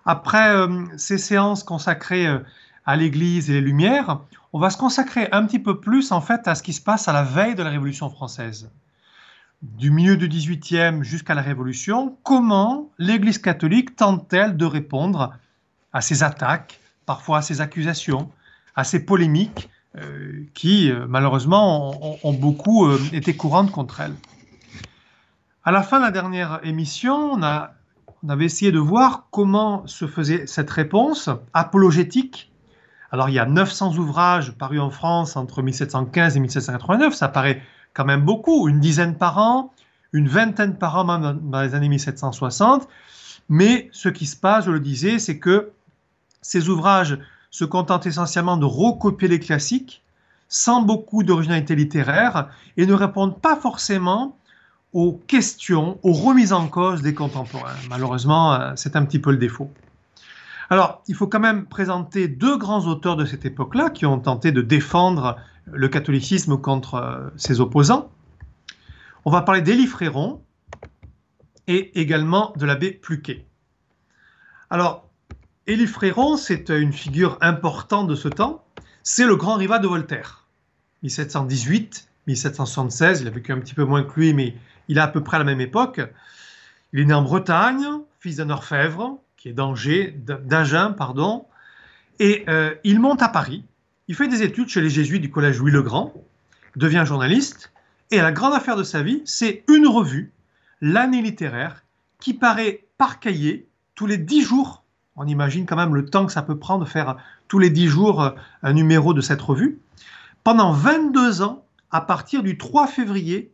Après ces séances consacrées à l'Église et les Lumières, on va se consacrer un petit peu plus en fait à ce qui se passe à la veille de la Révolution française. Du milieu du XVIIIe jusqu'à la Révolution, comment l'Église catholique tente-t-elle de répondre à ces attaques, parfois à ces accusations, à ces polémiques qui malheureusement ont beaucoup été courantes contre elle. À la fin de la dernière émission, on avait essayé de voir comment se faisait cette réponse apologétique. Alors, il y a 900 ouvrages parus en France entre 1715 et 1789, ça paraît quand même beaucoup, une dizaine par an, une vingtaine par an même dans les années 1760. Mais ce qui se passe, je le disais, c'est que ces ouvrages se contentent essentiellement de recopier les classiques, sans beaucoup d'originalité littéraire, et ne répondent pas forcément aux questions, aux remises en cause des contemporains. Malheureusement, c'est un petit peu le défaut. Alors, il faut quand même présenter deux grands auteurs de cette époque-là qui ont tenté de défendre le catholicisme contre ses opposants. On va parler d'Élie Fréron et également de l'abbé Pluquet. Alors, Élie Fréron, c'est une figure importante de ce temps. C'est le grand rival de Voltaire. 1718, 1776, il a vécu un petit peu moins que lui, mais il a à peu près la même époque. Il est né en Bretagne, fils d'un orfèvre, qui est d'Agen, pardon, et il monte à Paris. Il fait des études chez les jésuites du collège Louis le Grand, devient journaliste, et la grande affaire de sa vie, c'est une revue, l'Année littéraire, qui paraît par cahier tous les 10 jours. On imagine quand même le temps que ça peut prendre de faire tous les 10 jours un numéro de cette revue. Pendant 22 ans, à partir du 3 février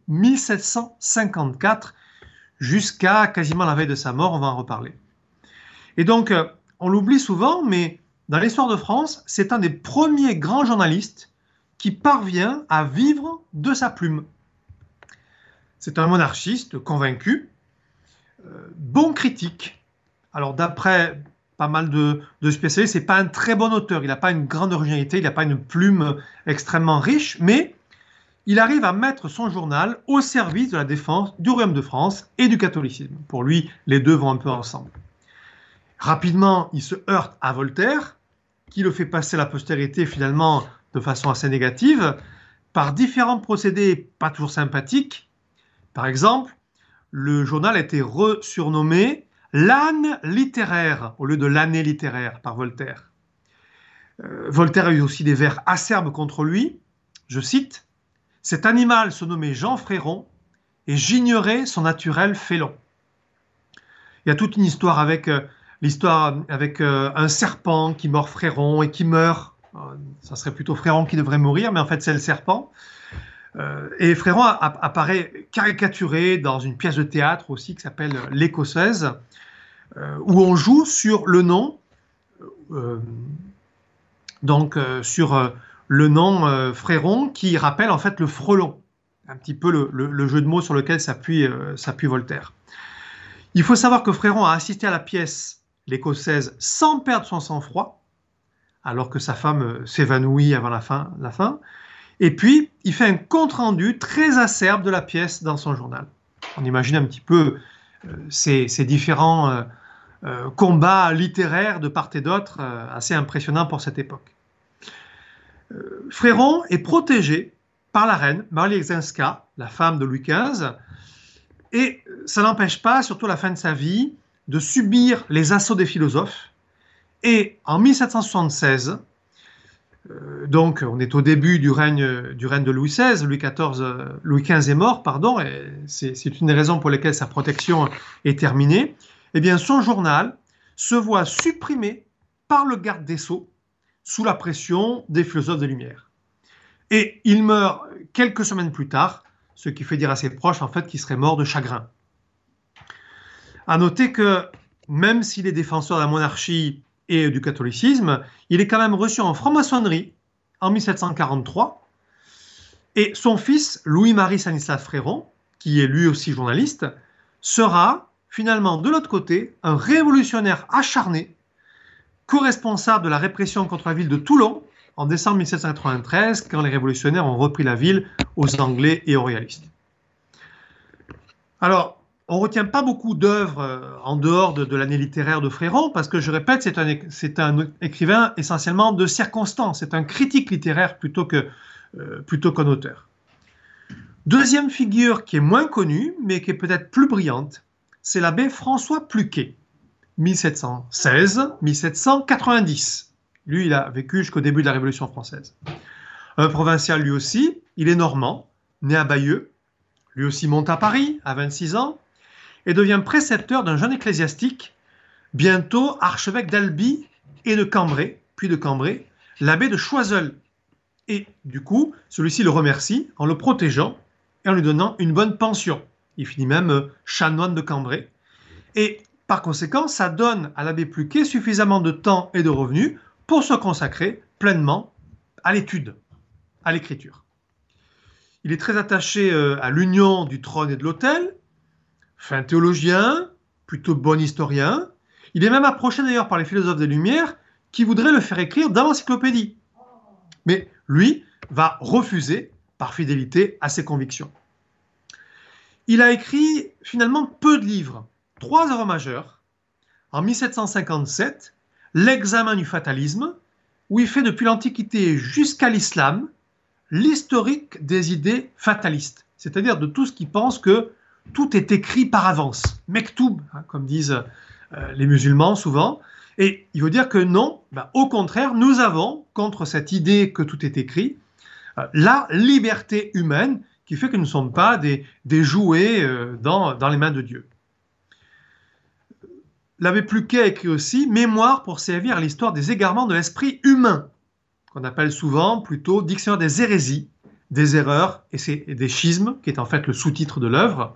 1754, jusqu'à quasiment la veille de sa mort, on va en reparler. Et donc, on l'oublie souvent, mais dans l'histoire de France, c'est un des premiers grands journalistes qui parvient à vivre de sa plume. C'est un monarchiste convaincu, bon critique. Alors, d'après pas mal de spécialistes, c'est pas un très bon auteur, il n'a pas une grande originalité, il n'a pas une plume extrêmement riche, mais il arrive à mettre son journal au service de la défense du royaume de France et du catholicisme. Pour lui, les deux vont un peu ensemble. Rapidement, il se heurte à Voltaire, qui le fait passer à la postérité finalement de façon assez négative, par différents procédés pas toujours sympathiques. Par exemple, le journal a été resurnommé l'âne littéraire au lieu de l'année littéraire par Voltaire. Voltaire a eu aussi des vers acerbes contre lui. Je cite, « Cet animal se nommait Jean Fréron et j'ignorais son naturel félon. » Il y a toute une histoire avec un serpent qui mord Fréron et qui meurt. Ça serait plutôt Fréron qui devrait mourir, mais en fait c'est le serpent. Et Fréron apparaît caricaturé dans une pièce de théâtre aussi qui s'appelle L'Écossaise, où on joue sur le nom, sur le nom Fréron qui rappelle en fait le frelon, un petit peu le jeu de mots sur lequel s'appuie Voltaire. Il faut savoir que Fréron a assisté à la pièce L'Écossaise sans perdre son sang-froid, alors que sa femme s'évanouit avant la fin. Et puis, il fait un compte-rendu très acerbe de la pièce dans son journal. On imagine un petit peu ces différents combats littéraires de part et d'autre, assez impressionnants pour cette époque. Fréron est protégé par la reine Marie Leszczyńska, la femme de Louis XV, et ça n'empêche pas, surtout à la fin de sa vie, de subir les assauts des philosophes. Et en 1776, donc on est au début du règne de Louis XVI, Louis XV est mort, pardon, et c'est une des raisons pour lesquelles sa protection est terminée, eh bien son journal se voit supprimé par le garde des Sceaux sous la pression des philosophes des Lumières. Et il meurt quelques semaines plus tard, ce qui fait dire à ses proches en fait qu'il serait mort de chagrin. À noter que même s'il est défenseur de la monarchie et du catholicisme, il est quand même reçu en franc-maçonnerie en 1743. Et son fils, Louis-Marie Stanislas Fréron, qui est lui aussi journaliste, sera finalement de l'autre côté un révolutionnaire acharné, co-responsable de la répression contre la ville de Toulon en décembre 1793, quand les révolutionnaires ont repris la ville aux Anglais et aux royalistes. Alors, on ne retient pas beaucoup d'œuvres en dehors de l'année littéraire de Fréron, parce que je répète, c'est un écrivain essentiellement de circonstance, c'est un critique littéraire plutôt qu'un auteur. Deuxième figure qui est moins connue, mais qui est peut-être plus brillante, c'est l'abbé François Pluquet, 1716-1790. Lui, il a vécu jusqu'au début de la Révolution française. Un provincial lui aussi, il est normand, né à Bayeux, lui aussi monte à Paris à 26 ans, et devient précepteur d'un jeune ecclésiastique, bientôt archevêque d'Albi et de Cambrai, puis de Cambrai, l'abbé de Choiseul. Et du coup, celui-ci le remercie en le protégeant et en lui donnant une bonne pension. Il finit même chanoine de Cambrai. Et par conséquent, ça donne à l'abbé Pluquet suffisamment de temps et de revenus pour se consacrer pleinement à l'étude, à l'écriture. Il est très attaché à l'union du trône et de l'autel, fin théologien, plutôt bon historien. Il est même approché d'ailleurs par les philosophes des Lumières qui voudraient le faire écrire dans l'encyclopédie. Mais lui va refuser par fidélité à ses convictions. Il a écrit finalement peu de livres, 3 œuvres majeures. En 1757, L'examen du fatalisme, où il fait depuis l'Antiquité jusqu'à l'Islam l'historique des idées fatalistes, c'est-à-dire de tout ce qui pense que tout est écrit par avance, mektoub, comme disent les musulmans souvent, et il veut dire que non, au contraire, nous avons, contre cette idée que tout est écrit, la liberté humaine qui fait que nous ne sommes pas des jouets dans les mains de Dieu. L'abbé Pluquet a écrit aussi « Mémoire pour servir à l'histoire des égarements de l'esprit humain », qu'on appelle souvent plutôt « Dictionnaire des hérésies, des erreurs et des schismes », qui est en fait le sous-titre de l'œuvre.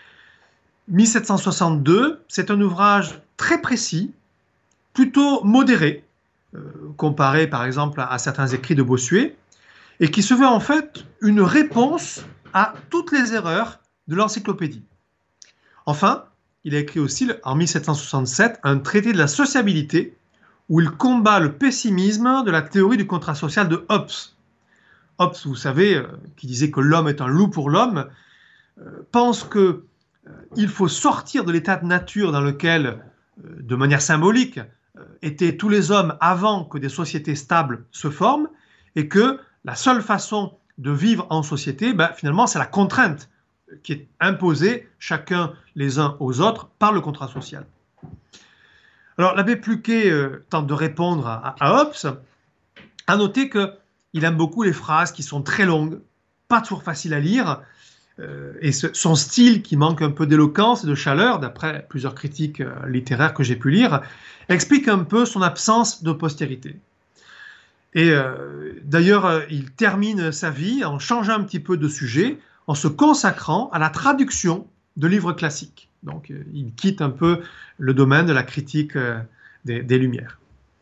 1762, c'est un ouvrage très précis, plutôt modéré, comparé par exemple à certains écrits de Bossuet, et qui se veut en fait une réponse à toutes les erreurs de l'encyclopédie. Enfin, il a écrit aussi en 1767 un traité de la sociabilité où il combat le pessimisme de la théorie du contrat social de Hobbes. Hobbes, vous savez, qui disait que l'homme est un loup pour l'homme, pense qu'il faut sortir de l'état de nature dans lequel, de manière symbolique, étaient tous les hommes avant que des sociétés stables se forment, et que la seule façon de vivre en société, finalement, c'est la contrainte qui est imposée chacun les uns aux autres par le contrat social. Alors, l'abbé Pluquet tente de répondre à Hobbes, à noter qu'il aime beaucoup les phrases qui sont très longues, pas toujours faciles à lire, et son style qui manque un peu d'éloquence et de chaleur, d'après plusieurs critiques littéraires que j'ai pu lire, explique un peu son absence de postérité. Et d'ailleurs, il termine sa vie en changeant un petit peu de sujet, en se consacrant à la traduction de livres classiques. Donc, il quitte un peu le domaine de la critique des Lumières.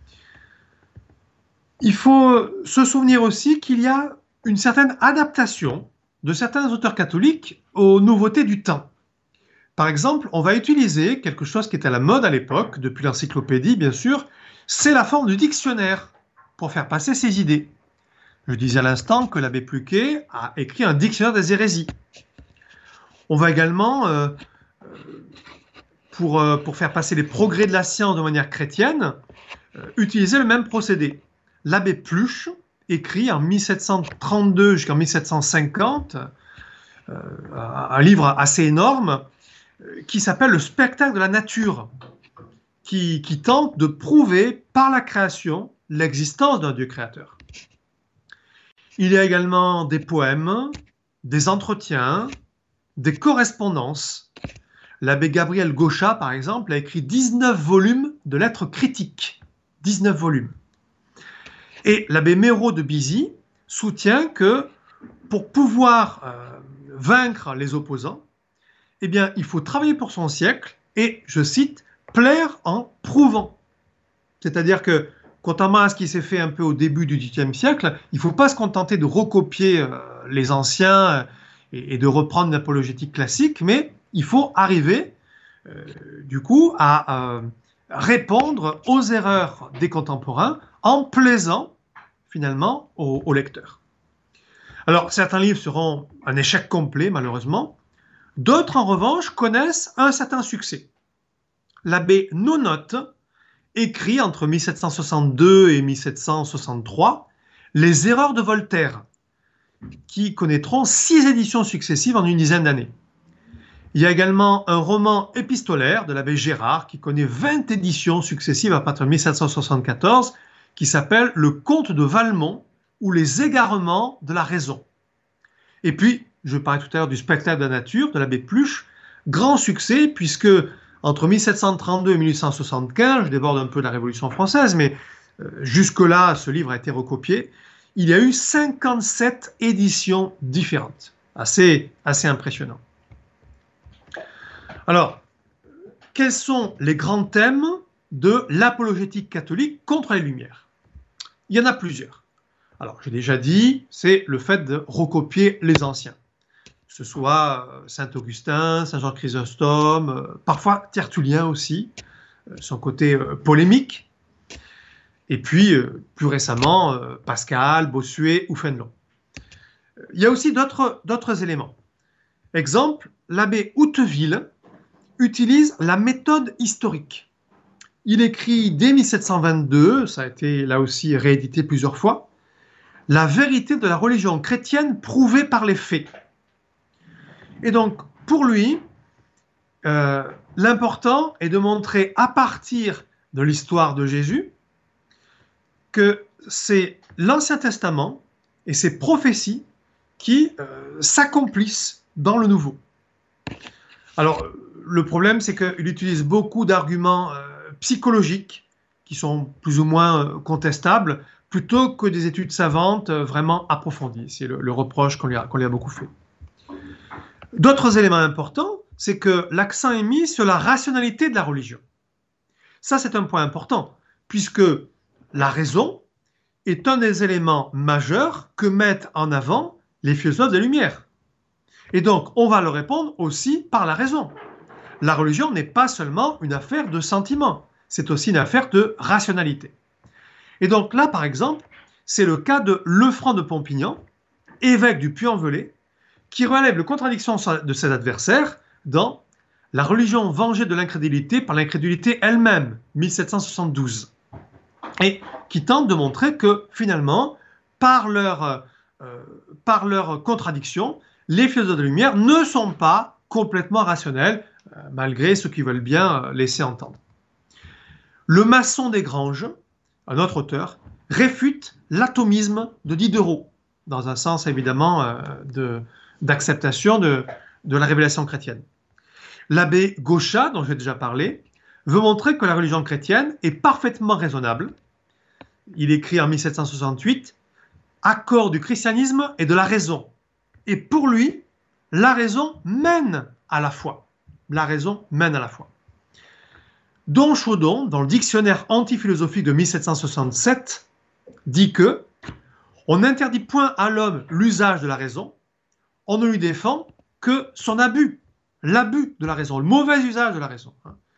Il faut se souvenir aussi qu'il y a une certaine adaptation de certains auteurs catholiques aux nouveautés du temps. Par exemple, on va utiliser quelque chose qui est à la mode à l'époque, depuis l'encyclopédie bien sûr, c'est la forme du dictionnaire pour faire passer ses idées. Je disais à l'instant que l'abbé Pluquet a écrit un dictionnaire des hérésies. On va également, pour faire passer les progrès de la science de manière chrétienne, utiliser le même procédé. L'abbé Pluche écrit en 1732 jusqu'en 1750 un livre assez énorme qui s'appelle « Le spectacle de la nature », qui tente de prouver par la création l'existence d'un Dieu créateur. Il y a également des poèmes, des entretiens, des correspondances. L'abbé Gabriel Gauchat, par exemple, a écrit 19 volumes de lettres critiques. 19 volumes. Et l'abbé Méraud de Bizy soutient que pour pouvoir vaincre les opposants, eh bien, il faut travailler pour son siècle et, je cite, plaire en prouvant. C'est-à-dire que, contrairement à ce qui s'est fait un peu au début du XVIIIe siècle, il ne faut pas se contenter de recopier les anciens et de reprendre l'apologétique classique, mais il faut arriver, du coup, à répondre aux erreurs des contemporains en plaisant, finalement, aux lecteurs. Alors, certains livres seront un échec complet, malheureusement. D'autres, en revanche, connaissent un certain succès. L'abbé Nonote écrit entre 1762 et 1763 Les erreurs de Voltaire, qui connaîtront 6 éditions successives en une dizaine d'années. Il y a également un roman épistolaire de l'abbé Gérard qui connaît 20 éditions successives à partir de 1774 qui s'appelle Le Comte de Valmont ou Les égarements de la raison. Et puis, je parlais tout à l'heure du Spectacle de la nature de l'abbé Pluche, grand succès puisque entre 1732 et 1875, je déborde un peu de la Révolution française, mais jusque-là, ce livre a été recopié, il y a eu 57 éditions différentes. Assez impressionnant. Alors, quels sont les grands thèmes de l'apologétique catholique contre les Lumières? Il y en a plusieurs. Alors, j'ai déjà dit, c'est le fait de recopier les anciens. Que ce soit Saint Augustin, Saint Jean Chrysostome, parfois Tertullien aussi, son côté polémique. Et puis, plus récemment, Pascal, Bossuet ou Fénelon. Il y a aussi d'autres éléments. Exemple, l'abbé Houteville utilise la méthode historique. Il écrit dès 1722, ça a été là aussi réédité plusieurs fois, la vérité de la religion chrétienne prouvée par les faits. Et donc, pour lui, l'important est de montrer à partir de l'histoire de Jésus que c'est l'Ancien Testament et ses prophéties qui s'accomplissent dans le Nouveau. Alors, le problème, c'est qu'il utilise beaucoup d'arguments psychologiques qui sont plus ou moins contestables, plutôt que des études savantes vraiment approfondies. C'est le reproche qu'on lui a beaucoup fait. D'autres éléments importants, c'est que l'accent est mis sur la rationalité de la religion. Ça, c'est un point important, puisque la raison est un des éléments majeurs que mettent en avant les philosophes des Lumières. Et donc, on va leur répondre aussi par la raison. La religion n'est pas seulement une affaire de sentiment, c'est aussi une affaire de rationalité. Et donc là, par exemple, c'est le cas de Lefranc de Pompignan, évêque du Puy-en-Velay, qui relève les contradictions de ses adversaires dans La religion vengée de l'incrédulité par l'incrédulité elle-même, 1772, et qui tente de montrer que finalement, par leur contradiction, les philosophes de la Lumière ne sont pas complètement rationnels, malgré ce qu'ils veulent bien laisser entendre. Le Maçon des Granges, un autre auteur, réfute l'atomisme de Diderot, dans un sens évidemment d'acceptation de la révélation chrétienne. L'abbé Gauchat, dont j'ai déjà parlé, veut montrer que la religion chrétienne est parfaitement raisonnable. Il écrit en 1768 « Accord du christianisme et de la raison ». Et pour lui, la raison mène à la foi. La raison mène à la foi. Don Chaudon, dans le dictionnaire antiphilosophique de 1767, dit que on n'interdit point à l'homme l'usage de la raison, on ne lui défend que son abus, l'abus de la raison, le mauvais usage de la raison.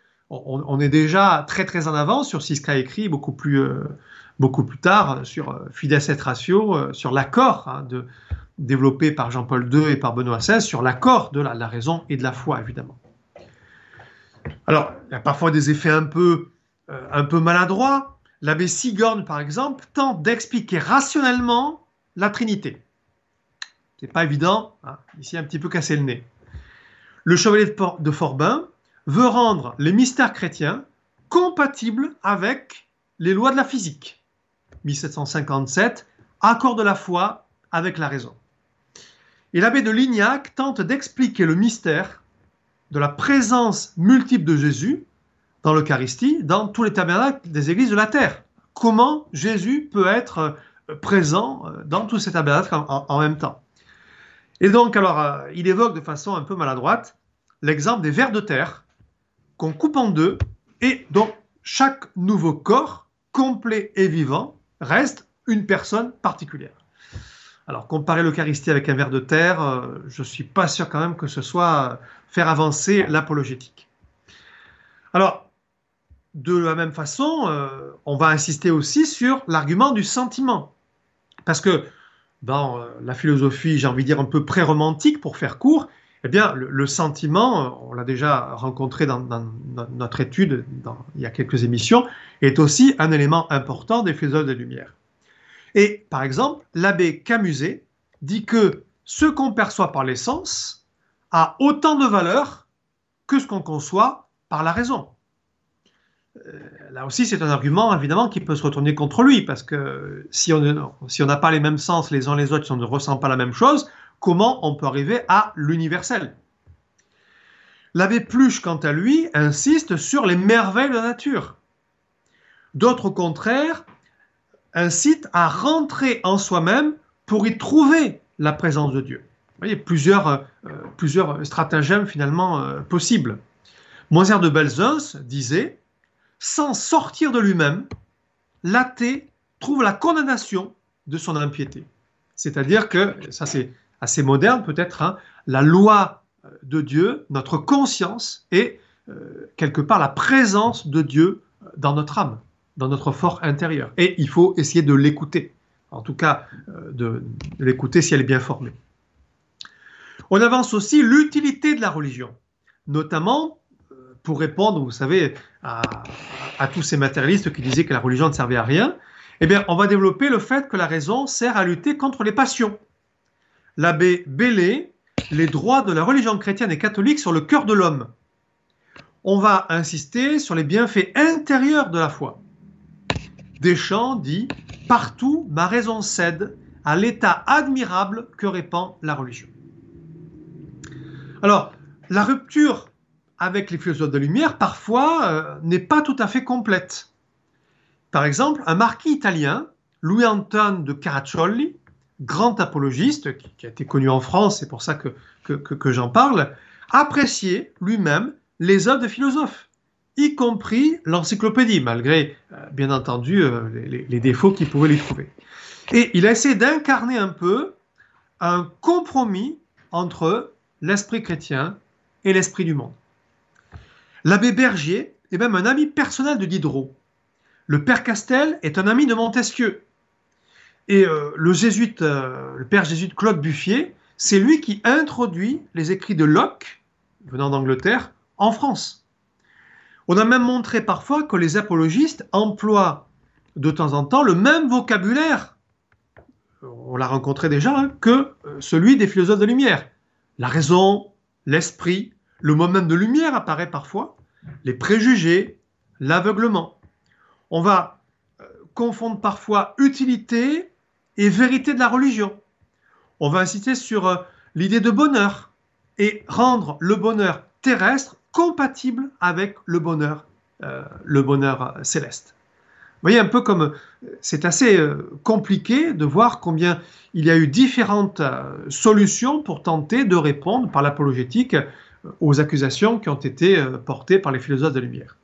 On est déjà très en avance sur ce qui sera écrit beaucoup plus tard sur Fides et Ratio, sur l'accord développé par Jean-Paul II et par Benoît XVI, sur l'accord de la raison et de la foi, évidemment. Alors, il y a parfois des effets un peu maladroits. L'abbé Sigorne, par exemple, tente d'expliquer rationnellement la Trinité. C'est pas évident, ici un petit peu cassé le nez. Le chevalier de Forbin veut rendre les mystères chrétiens compatibles avec les lois de la physique. 1757, accord de la foi avec la raison. Et l'abbé de Lignac tente d'expliquer le mystère de la présence multiple de Jésus dans l'Eucharistie, dans tous les tabernacles des églises de la terre. Comment Jésus peut être présent dans tous ces tabernacles en même temps. Et donc, alors, il évoque de façon un peu maladroite l'exemple des vers de terre qu'on coupe en deux et dont chaque nouveau corps, complet et vivant, reste une personne particulière. Alors, comparer l'Eucharistie avec un ver de terre, je ne suis pas sûr quand même que ce soit faire avancer l'apologétique. Alors, de la même façon, on va insister aussi sur l'argument du sentiment. Parce que dans la philosophie, j'ai envie de dire un peu pré-romantique, pour faire court, Eh bien, le sentiment, on l'a déjà rencontré dans notre étude il y a quelques émissions, est aussi un élément important des philosophes des Lumières. Et par exemple, l'abbé Camuset dit que ce qu'on perçoit par les sens a autant de valeur que ce qu'on conçoit par la raison. Là aussi, c'est un argument évidemment qui peut se retourner contre lui, parce que si on n'a pas les mêmes sens les uns les autres, si on ne ressent pas la même chose, comment on peut arriver à l'universel? L'abbé Pluche, quant à lui, insiste sur les merveilles de la nature. D'autres, au contraire, incitent à rentrer en soi-même pour y trouver la présence de Dieu. Vous voyez, plusieurs stratagèmes finalement possibles. Moser de Belzunce disait: sans sortir de lui-même, l'athée trouve la condamnation de son impiété. C'est-à-dire que, ça c'est assez moderne peut-être, hein, la loi de Dieu, notre conscience est quelque part la présence de Dieu dans notre âme, dans notre fort intérieur. Et il faut essayer de l'écouter, en tout cas de l'écouter si elle est bien formée. On avance aussi l'utilité de la religion, notamment pour répondre, vous savez, à tous ces matérialistes qui disaient que la religion ne servait à rien. Eh bien, on va développer le fait que la raison sert à lutter contre les passions. L'abbé Bellay, les droits de la religion chrétienne et catholique sur le cœur de l'homme. On va insister sur les bienfaits intérieurs de la foi. Deschamps dit: partout ma raison cède à l'état admirable que répand la religion. Alors, la rupture avec les philosophes de lumière, parfois, n'est pas tout à fait complète. Par exemple, un marquis italien, Louis Anton de Caraccioli, grand apologiste, qui a été connu en France, c'est pour ça que j'en parle, appréciait lui-même les œuvres de philosophes, y compris l'encyclopédie, malgré, bien entendu, les défauts qu'il pouvait lui trouver. Et il a essayé d'incarner un peu un compromis entre l'esprit chrétien et l'esprit du monde. L'abbé Bergier est même un ami personnel de Diderot. Le père Castel est un ami de Montesquieu. Et le père jésuite Claude Buffier, c'est lui qui introduit les écrits de Locke, venant d'Angleterre, en France. On a même montré parfois que les apologistes emploient de temps en temps le même vocabulaire, on l'a rencontré déjà, hein, que celui des philosophes de lumière. La raison, l'esprit, le mot même de lumière apparaît parfois, les préjugés, l'aveuglement. On va confondre parfois utilité et vérité de la religion. On va insister sur l'idée de bonheur et rendre le bonheur terrestre compatible avec le bonheur céleste. Vous voyez un peu comme c'est assez compliqué de voir combien il y a eu différentes solutions pour tenter de répondre par l'apologétique aux accusations qui ont été portées par les philosophes de la lumière.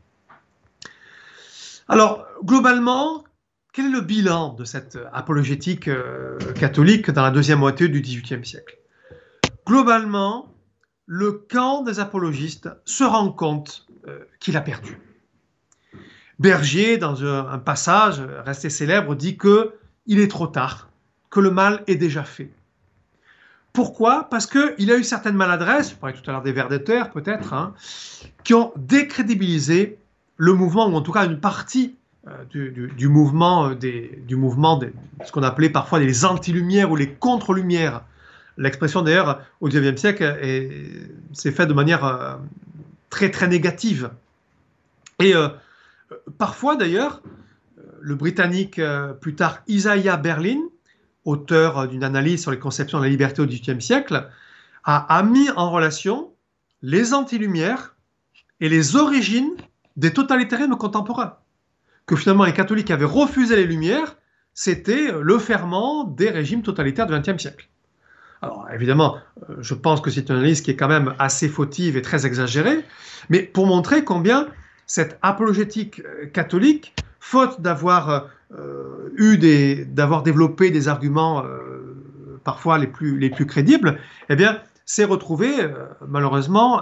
Alors, globalement, quel est le bilan de cette apologétique catholique dans la deuxième moitié du XVIIIe siècle? Globalement, le camp des apologistes se rend compte qu'il a perdu. Bergier, dans un passage resté célèbre, dit qu'il est trop tard, que le mal est déjà fait. Pourquoi? Parce qu'il a eu certaines maladresses, je parlais tout à l'heure des vers de terre peut-être, hein, qui ont décrédibilisé le mouvement, ou en tout cas une partie du mouvement, ce qu'on appelait parfois les anti-lumières ou les contre-lumières. L'expression d'ailleurs au XIXe siècle s'est faite de manière très très négative. Et parfois d'ailleurs, le Britannique plus tard Isaiah Berlin, auteur d'une analyse sur les conceptions de la liberté au XVIIIe siècle, a mis en relation les anti-lumières et les origines des totalitarismes contemporains. Que finalement les catholiques avaient refusé les lumières, c'était le ferment des régimes totalitaires du XXe siècle. Alors évidemment, je pense que c'est une analyse qui est quand même assez fautive et très exagérée, mais pour montrer combien cette apologétique catholique, faute d'avoir développé des arguments parfois les plus crédibles, eh bien, s'est retrouvée malheureusement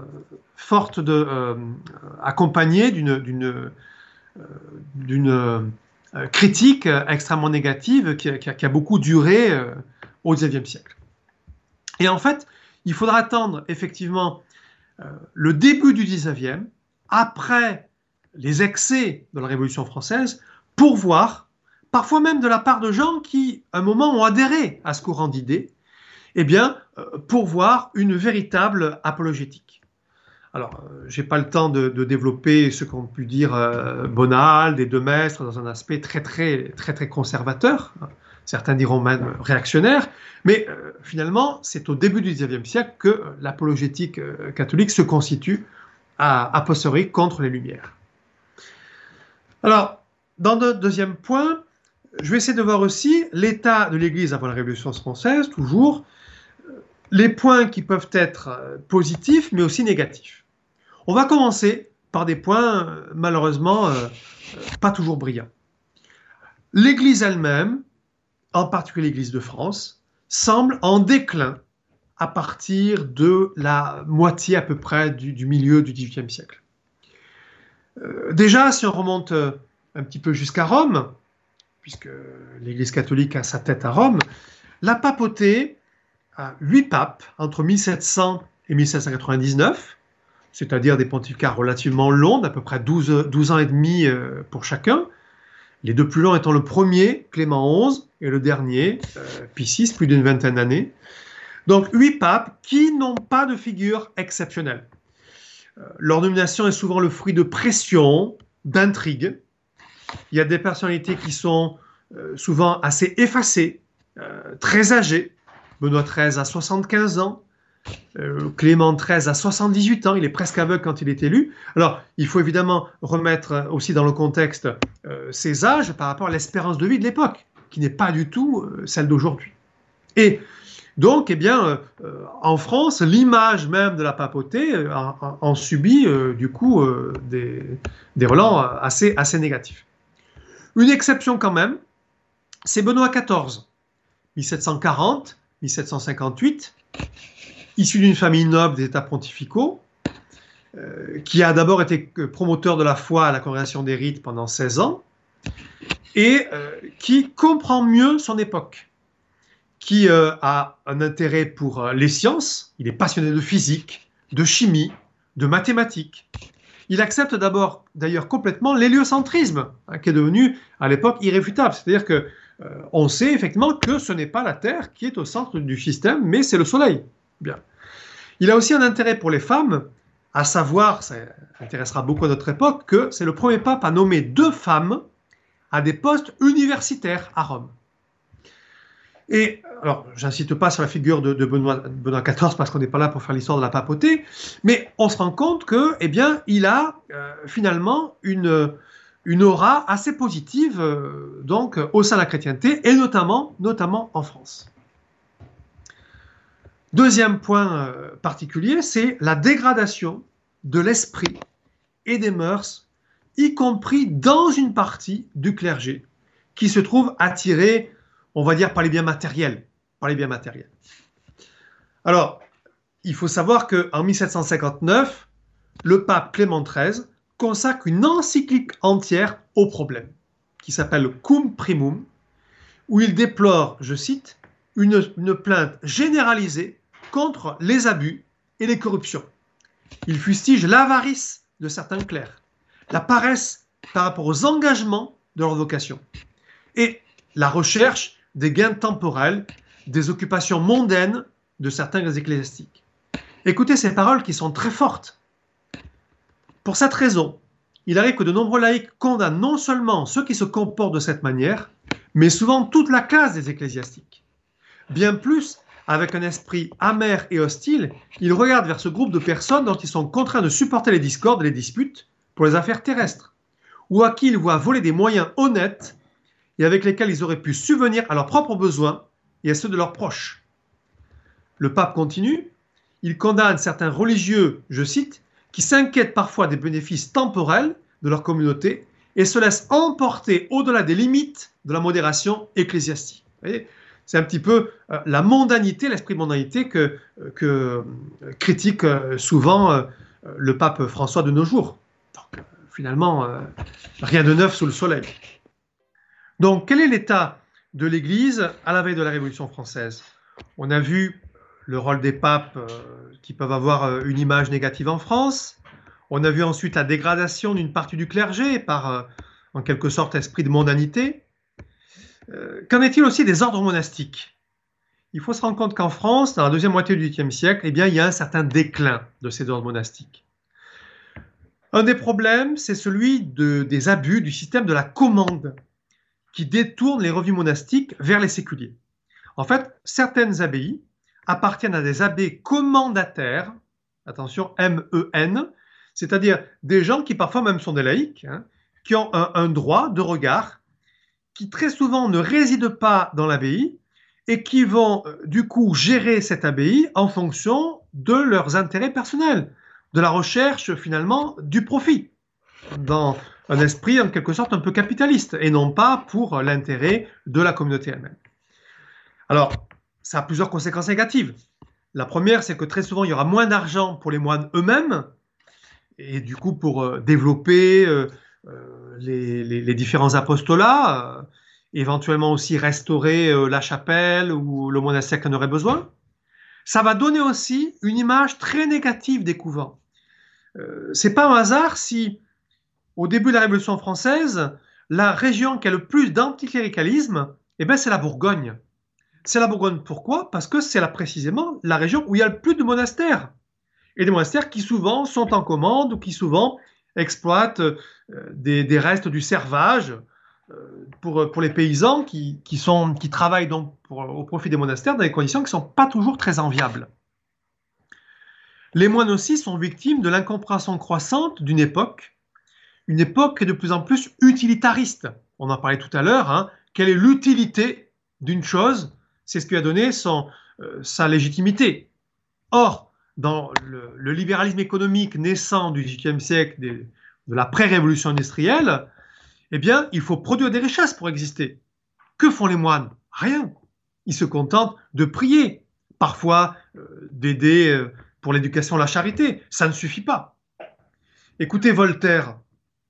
accompagnée d'une critique extrêmement négative qui a beaucoup duré au XIXe siècle. Et en fait, il faudra attendre effectivement le début du 19e, après les excès de la Révolution française, pour voir, parfois même de la part de gens qui, à un moment, ont adhéré à ce courant d'idées, eh bien, pour voir une véritable apologétique. Alors, je n'ai pas le temps de développer ce qu'ont pu dire Bonald et Demestre dans un aspect très conservateur. Certains diront même réactionnaire. Mais finalement, c'est au début du XIXe siècle que l'apologétique catholique se constitue a posteriori contre les Lumières. Alors, dans notre deuxième point, je vais essayer de voir aussi l'état de l'Église avant la Révolution française, toujours, les points qui peuvent être positifs, mais aussi négatifs. On va commencer par des points, malheureusement, pas toujours brillants. L'Église elle-même, en particulier l'Église de France, semble en déclin à partir de la moitié à peu près du milieu du XVIIIe siècle. Déjà, si on remonte un petit peu jusqu'à Rome, puisque l'Église catholique a sa tête à Rome, la papauté a 8 papes entre 1700 et 1799, c'est-à-dire des pontificats relativement longs, d'à peu près 12 ans et demi pour chacun. Les deux plus longs étant le premier, Clément XI, et le dernier, Pie VI, plus d'une vingtaine d'années. Donc 8 papes qui n'ont pas de figure exceptionnelle. Leur nomination est souvent le fruit de pressions, d'intrigues. Il y a des personnalités qui sont souvent assez effacées, très âgées. Benoît XIII a 75 ans, Clément XIII a 78 ans, il est presque aveugle quand il est élu. Alors, il faut évidemment remettre aussi dans le contexte ces âges par rapport à l'espérance de vie de l'époque, qui n'est pas du tout celle d'aujourd'hui. Et donc, eh bien, en France, l'image même de la papauté en subit du coup des relents assez négatifs. Une exception quand même, c'est Benoît XIV, 1740-1758, issu d'une famille noble des États pontificaux, qui a d'abord été promoteur de la foi à la Congrégation des Rites pendant 16 ans, et qui comprend mieux son époque, qui a un intérêt pour les sciences, il est passionné de physique, de chimie, de mathématiques. Il accepte d'abord, d'ailleurs, complètement l'héliocentrisme, qui est devenu à l'époque irréfutable. C'est-à-dire que on sait effectivement que ce n'est pas la Terre qui est au centre du système, mais c'est le Soleil. Bien. Il a aussi un intérêt pour les femmes, à savoir, ça intéressera beaucoup à notre époque, que c'est le premier pape à nommer 2 femmes à des postes universitaires à Rome. Et, alors, j'insiste pas sur la figure de Benoît XIV parce qu'on n'est pas là pour faire l'histoire de la papauté, mais on se rend compte que, eh bien, il a finalement une aura assez positive donc au sein de la chrétienté et notamment en France. Deuxième point particulier, c'est la dégradation de l'esprit et des mœurs, y compris dans une partie du clergé qui se trouve attiré, on va dire, par les biens matériels. Alors, il faut savoir qu'en 1759, le pape Clément XIII consacre une encyclique entière au problème, qui s'appelle Cum Primum, où il déplore, je cite, une plainte généralisée contre les abus et les corruptions. Il fustige l'avarice de certains clercs, la paresse par rapport aux engagements de leur vocation, et la recherche des gains temporels, des occupations mondaines de certains ecclésiastiques. Écoutez ces paroles qui sont très fortes. Pour cette raison, il arrive que de nombreux laïcs condamnent non seulement ceux qui se comportent de cette manière, mais souvent toute la classe des ecclésiastiques. Bien plus, avec un esprit amer et hostile, ils regardent vers ce groupe de personnes dont ils sont contraints de supporter les discordes et les disputes pour les affaires terrestres, ou à qui ils voient voler des moyens honnêtes et avec lesquels ils auraient pu subvenir à leurs propres besoins et à ceux de leurs proches. Le pape continue, il condamne certains religieux, je cite, qui s'inquiètent parfois des bénéfices temporels de leur communauté et se laissent emporter au-delà des limites de la modération ecclésiastique. Vous voyez, c'est un petit peu la mondanité, l'esprit de mondanité que critique souvent le pape François de nos jours. Donc, finalement, rien de neuf sous le soleil. Donc, quel est l'état de l'Église à la veille de la Révolution française? On a vu le rôle des papes qui peuvent avoir une image négative en France. On a vu ensuite la dégradation d'une partie du clergé par, en quelque sorte, esprit de mondanité. Qu'en est-il aussi des ordres monastiques? Il faut se rendre compte qu'en France, dans la deuxième moitié du XVIIIe siècle, eh bien, il y a un certain déclin de ces ordres monastiques. Un des problèmes, c'est celui des abus du système de la commande qui détourne les revenus monastiques vers les séculiers. En fait, certaines abbayes appartiennent à des abbés commendataires, attention, M-E-N, c'est-à-dire des gens qui parfois même sont des laïcs, hein, qui ont un droit de regard, qui très souvent ne résident pas dans l'abbaye et qui vont du coup gérer cette abbaye en fonction de leurs intérêts personnels, de la recherche finalement du profit, dans un esprit en quelque sorte un peu capitaliste et non pas pour l'intérêt de la communauté elle-même. Alors, ça a plusieurs conséquences négatives. La première, c'est que très souvent, il y aura moins d'argent pour les moines eux-mêmes, et du coup, pour développer les différents apostolats, éventuellement aussi restaurer la chapelle ou le monastère qui en aurait besoin. Ça va donner aussi une image très négative des couvents. C'est pas un hasard si, au début de la Révolution française, la région qui a le plus d'anticléricalisme, eh ben, c'est la Bourgogne. C'est la Bourgogne, pourquoi? Parce que c'est précisément la région où il y a le plus de monastères. Et des monastères qui souvent sont en commande ou qui souvent exploitent des restes du servage pour les paysans qui travaillent donc au profit des monastères dans des conditions qui ne sont pas toujours très enviables. Les moines aussi sont victimes de l'incompréhension croissante d'une époque, une époque qui est de plus en plus utilitariste. On en parlait tout à l'heure, hein. Quelle est l'utilité d'une chose? C'est ce qui a donné sa légitimité. Or, dans le libéralisme économique naissant du XVIIIe siècle, de la pré-révolution industrielle, eh bien, il faut produire des richesses pour exister. Que font les moines? Rien. Ils se contentent de prier, parfois d'aider pour l'éducation, la charité. Ça ne suffit pas. Écoutez Voltaire.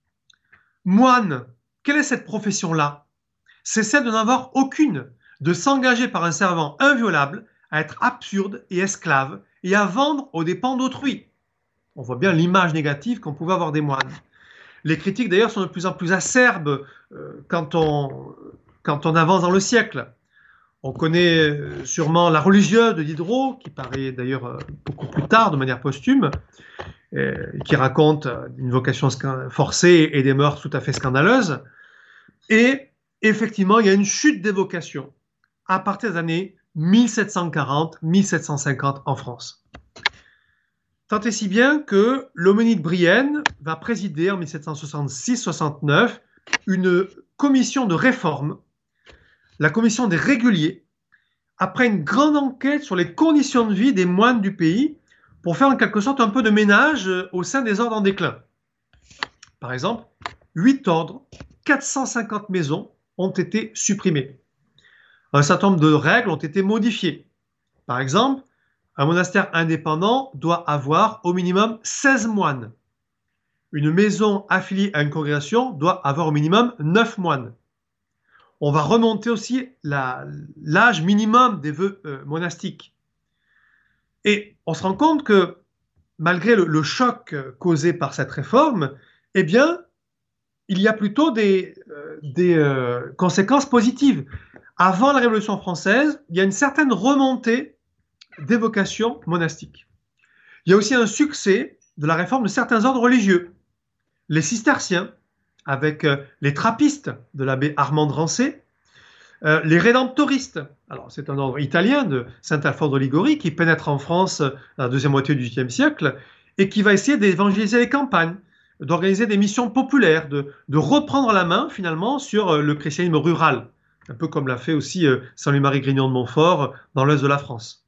Moine, quelle est cette profession-là? C'est celle de n'avoir aucune, de s'engager par un serment inviolable à être absurde et esclave et à vendre aux dépens d'autrui. On voit bien l'image négative qu'on pouvait avoir des moines. Les critiques d'ailleurs sont de plus en plus acerbes quand on avance dans le siècle. On connaît sûrement La religieuse de Diderot, qui paraît d'ailleurs beaucoup plus tard de manière posthume, qui raconte une vocation forcée et des mœurs tout à fait scandaleuses. Et effectivement, il y a une chute des vocations à partir des années 1740-1750 en France. Tant et si bien que l'homénide Brienne va présider en 1766-69 une commission de réforme, la commission des réguliers, après une grande enquête sur les conditions de vie des moines du pays, pour faire en quelque sorte un peu de ménage au sein des ordres en déclin. Par exemple, 8 ordres, 450 maisons ont été supprimées. Un certain nombre de règles ont été modifiées. Par exemple, un monastère indépendant doit avoir au minimum 16 moines. Une maison affiliée à une congrégation doit avoir au minimum 9 moines. On va remonter aussi l'âge minimum des vœux monastiques. Et on se rend compte que malgré le choc causé par cette réforme, eh bien, il y a plutôt des conséquences positives. Avant la Révolution française, il y a une certaine remontée des vocations monastiques. Il y a aussi un succès de la réforme de certains ordres religieux. Les cisterciens, avec les trappistes de l'abbé Armand de Rancé, les rédemptoristes, alors c'est un ordre italien de Saint-Alphonse de Liguori qui pénètre en France dans la deuxième moitié du XVIIIe siècle et qui va essayer d'évangéliser les campagnes, d'organiser des missions populaires, de reprendre la main finalement sur le christianisme rural, un peu comme l'a fait aussi Saint-Louis-Marie Grignon de Montfort dans l'Est de la France.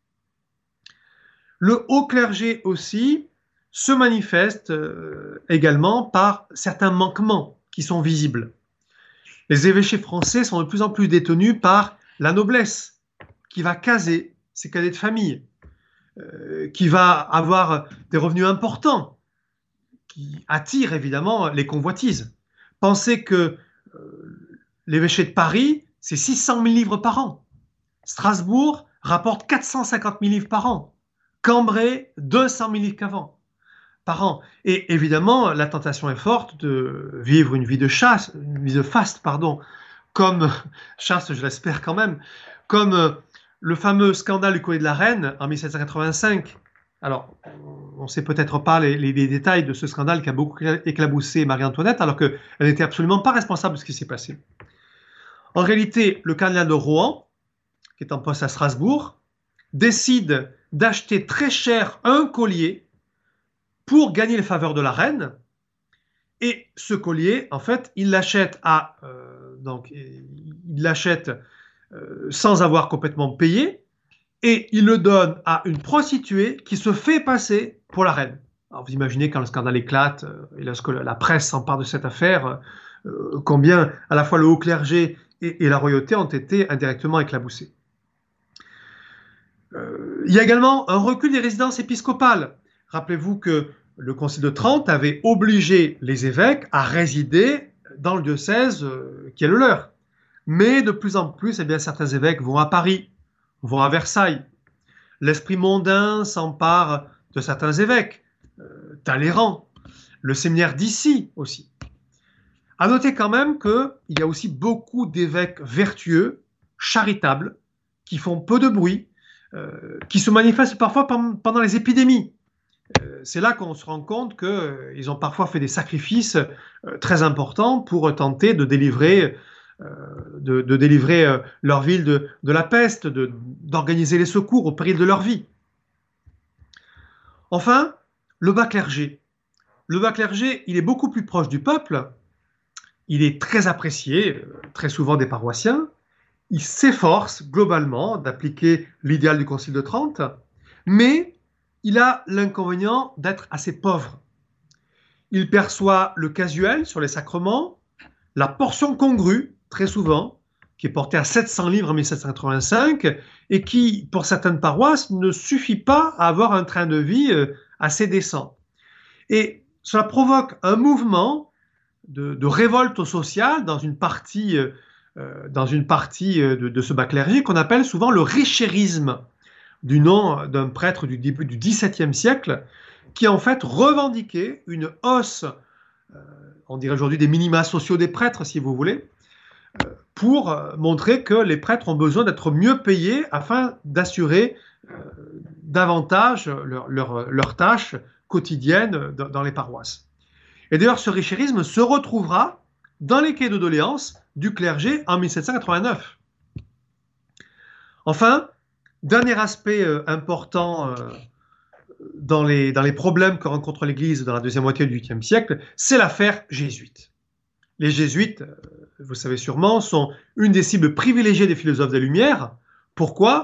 Le haut clergé aussi se manifeste également par certains manquements qui sont visibles. Les évêchés français sont de plus en plus détenus par la noblesse, qui va caser ses cadets de famille, qui va avoir des revenus importants, qui attirent évidemment les convoitises. Pensez que l'évêché de Paris, c'est 600 000 livres par an. Strasbourg, rapporte 450 000 livres par an. Cambrai, 200 000 livres par an. Et évidemment, la tentation est forte de vivre une vie de chasse, une vie de faste, pardon, comme, chasse je l'espère quand même, comme le fameux scandale du collier de la Reine en 1785. Alors, on ne sait peut-être pas les détails de ce scandale qui a beaucoup éclaboussé Marie-Antoinette, alors qu'elle n'était absolument pas responsable de ce qui s'est passé. En réalité, le cardinal de Rohan, qui est en poste à Strasbourg, décide d'acheter très cher un collier pour gagner les faveurs de la reine. Et ce collier, en fait, il l'achète sans avoir complètement payé, et il le donne à une prostituée qui se fait passer pour la reine. Alors vous imaginez quand le scandale éclate, et lorsque la presse s'empare de cette affaire, combien à la fois le haut clergé et la royauté ont été indirectement éclaboussés. Il y a également un recul des résidences épiscopales. Rappelez-vous que le Concile de Trente avait obligé les évêques à résider dans le diocèse qui est le leur. Mais de plus en plus, certains évêques vont à Paris, vont à Versailles. L'esprit mondain s'empare de certains évêques, Talleyrand, le séminaire d'Issy aussi. À noter quand même qu'il y a aussi beaucoup d'évêques vertueux, charitables, qui font peu de bruit, qui se manifestent parfois pendant les épidémies. C'est là qu'on se rend compte qu'ils ont parfois fait des sacrifices très importants pour tenter de délivrer leur ville de la peste, d'organiser les secours au péril de leur vie. Enfin, le bas clergé. Le bas clergé, il est beaucoup plus proche du peuple, il est très apprécié, très souvent des paroissiens, il s'efforce globalement d'appliquer l'idéal du Concile de Trente, mais il a l'inconvénient d'être assez pauvre. Il perçoit le casuel sur les sacrements, la portion congrue, très souvent, qui est portée à 700 livres en 1785, et qui, pour certaines paroisses, ne suffit pas à avoir un train de vie assez décent. Et cela provoque un mouvement de révolte sociale dans une partie de ce bas clergé qu'on appelle souvent le richérisme, du nom d'un prêtre du début du XVIIe siècle, qui en fait revendiquait une hausse, on dirait aujourd'hui des minima sociaux des prêtres, si vous voulez, pour montrer que les prêtres ont besoin d'être mieux payés afin d'assurer davantage leurs tâches quotidiennes dans les paroisses. Et d'ailleurs, ce richérisme se retrouvera dans les cahiers de doléances du clergé en 1789. Enfin, dernier aspect important dans les problèmes que rencontre l'Église dans la deuxième moitié du VIIIe siècle, c'est l'affaire jésuite. Les jésuites, vous savez sûrement, sont une des cibles privilégiées des philosophes des Lumières. Pourquoi ?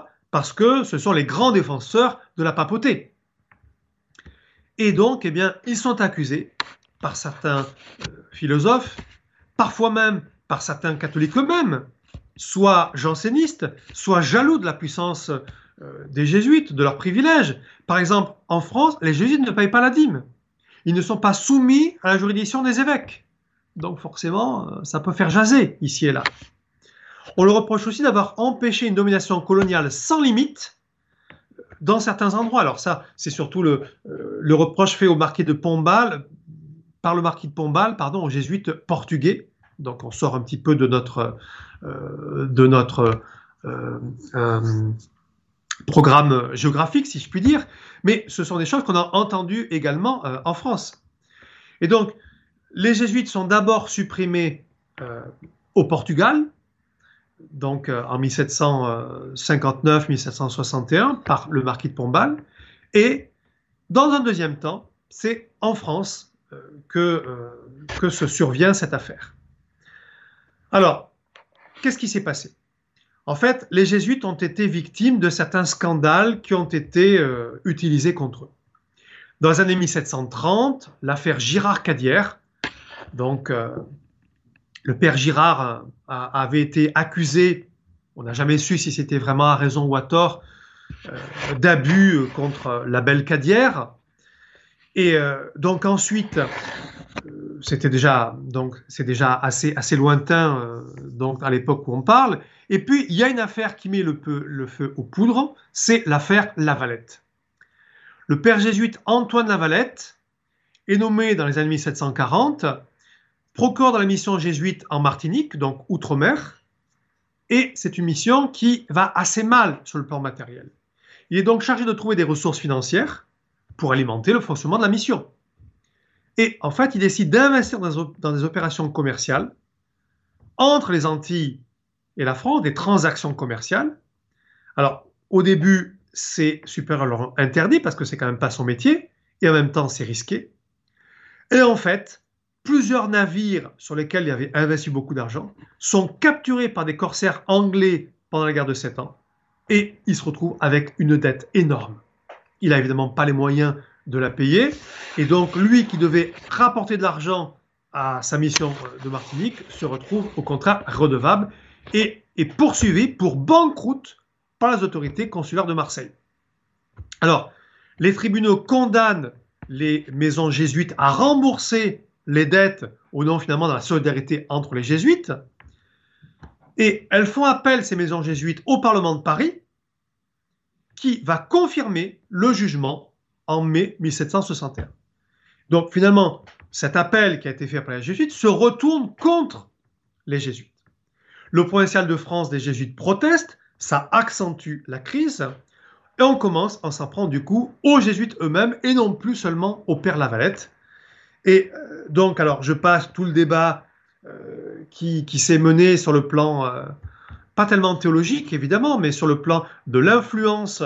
Parce que ce sont les grands défenseurs de la papauté. Et donc, ils sont accusés par certains philosophes, parfois même par certains catholiques eux-mêmes, soit jansénistes, soit jaloux de la puissance des jésuites, de leurs privilèges. Par exemple, en France, les jésuites ne payent pas la dîme. Ils ne sont pas soumis à la juridiction des évêques. Donc forcément, ça peut faire jaser ici et là. On leur reproche aussi d'avoir empêché une domination coloniale sans limite dans certains endroits. Alors ça, c'est surtout le reproche fait au marquis de Pombal, par le marquis de Pombal, aux jésuites portugais. Donc on sort un petit peu de notre programme géographique, si je puis dire, mais ce sont des choses qu'on a entendues également en France. Et donc, les jésuites sont d'abord supprimés au Portugal, donc en 1759-1761, par le marquis de Pombal, et dans un deuxième temps, c'est en France que se survient cette affaire. Alors, qu'est-ce qui s'est passé ? En fait, les jésuites ont été victimes de certains scandales qui ont été utilisés contre eux. Dans les années 1730, l'affaire Girard-Cadière, donc le père Girard avait été accusé, on n'a jamais su si c'était vraiment à raison ou à tort, d'abus contre la belle Cadière. Et donc ensuite, c'est déjà assez lointain donc à l'époque où on parle. Et puis, il y a une affaire qui met le feu aux poudres, c'est l'affaire Lavalette. Le père jésuite Antoine Lavalette est nommé dans les années 1740 procureur de la mission jésuite en Martinique, donc outre-mer, et c'est une mission qui va assez mal sur le plan matériel. Il est donc chargé de trouver des ressources financières pour alimenter le fonctionnement de la mission. Et en fait, il décide d'investir dans des opérations commerciales entre les Antilles et la France, des transactions commerciales. Alors, au début, c'est super alors interdit parce que c'est quand même pas son métier, et en même temps, c'est risqué. Et en fait, plusieurs navires sur lesquels il avait investi beaucoup d'argent sont capturés par des corsaires anglais pendant la guerre de 7 ans, et il se retrouve avec une dette énorme. Il n'a évidemment pas les moyens de la payer, et donc lui qui devait rapporter de l'argent à sa mission de Martinique se retrouve au contraire redevable et est poursuivi pour banqueroute par les autorités consulaires de Marseille. Alors, les tribunaux condamnent les maisons jésuites à rembourser les dettes au nom finalement de la solidarité entre les jésuites, et elles font appel, ces maisons jésuites, au Parlement de Paris, qui va confirmer le jugement en mai 1761. Donc finalement, cet appel qui a été fait par les jésuites se retourne contre les jésuites. Le provincial de France des jésuites proteste, ça accentue la crise, et on commence à s'en prendre du coup aux jésuites eux-mêmes et non plus seulement au père Lavalette. Et donc, alors je passe tout le débat qui s'est mené sur le plan pas tellement théologique évidemment, mais sur le plan de l'influence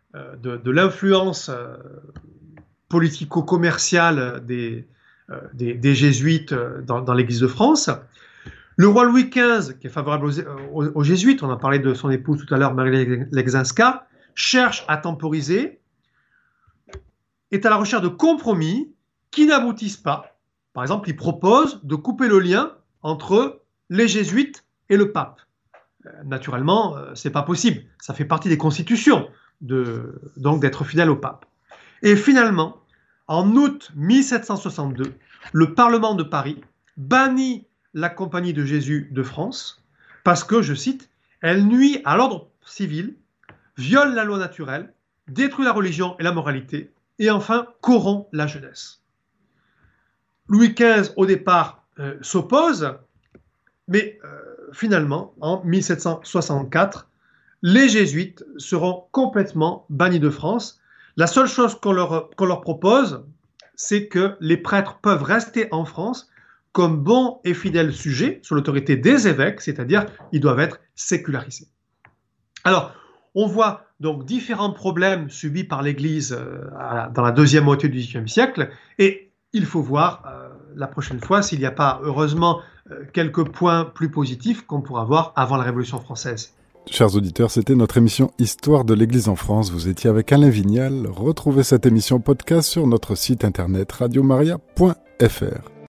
politico-commerciale des jésuites dans l'Église de France. Le roi Louis XV, qui est favorable aux jésuites, on a parlé de son épouse tout à l'heure, Marie Lexinska, cherche à temporiser, est à la recherche de compromis qui n'aboutissent pas. Par exemple, il propose de couper le lien entre les jésuites et le pape. Naturellement, ce n'est pas possible. Ça fait partie des constitutions, donc d'être fidèle au pape. Et finalement, en août 1762, le Parlement de Paris bannit la Compagnie de Jésus de France parce que, je cite, elle nuit à l'ordre civil, viole la loi naturelle, détruit la religion et la moralité, et enfin corrompt la jeunesse. Louis XV, au départ, s'oppose, mais finalement, en 1764, les jésuites seront complètement bannis de France. La seule chose qu'on leur propose, c'est que les prêtres peuvent rester en France comme bons et fidèles sujets sous l'autorité des évêques, c'est-à-dire ils doivent être sécularisés. Alors, on voit donc différents problèmes subis par l'Église dans la deuxième moitié du XVIIIe siècle, et il faut voir la prochaine fois s'il n'y a pas, heureusement, quelques points plus positifs qu'on pourra voir avant la Révolution française. Chers auditeurs, c'était notre émission Histoire de l'Église en France. Vous étiez avec Alain Vignal. Retrouvez cette émission podcast sur notre site internet radiomaria.fr.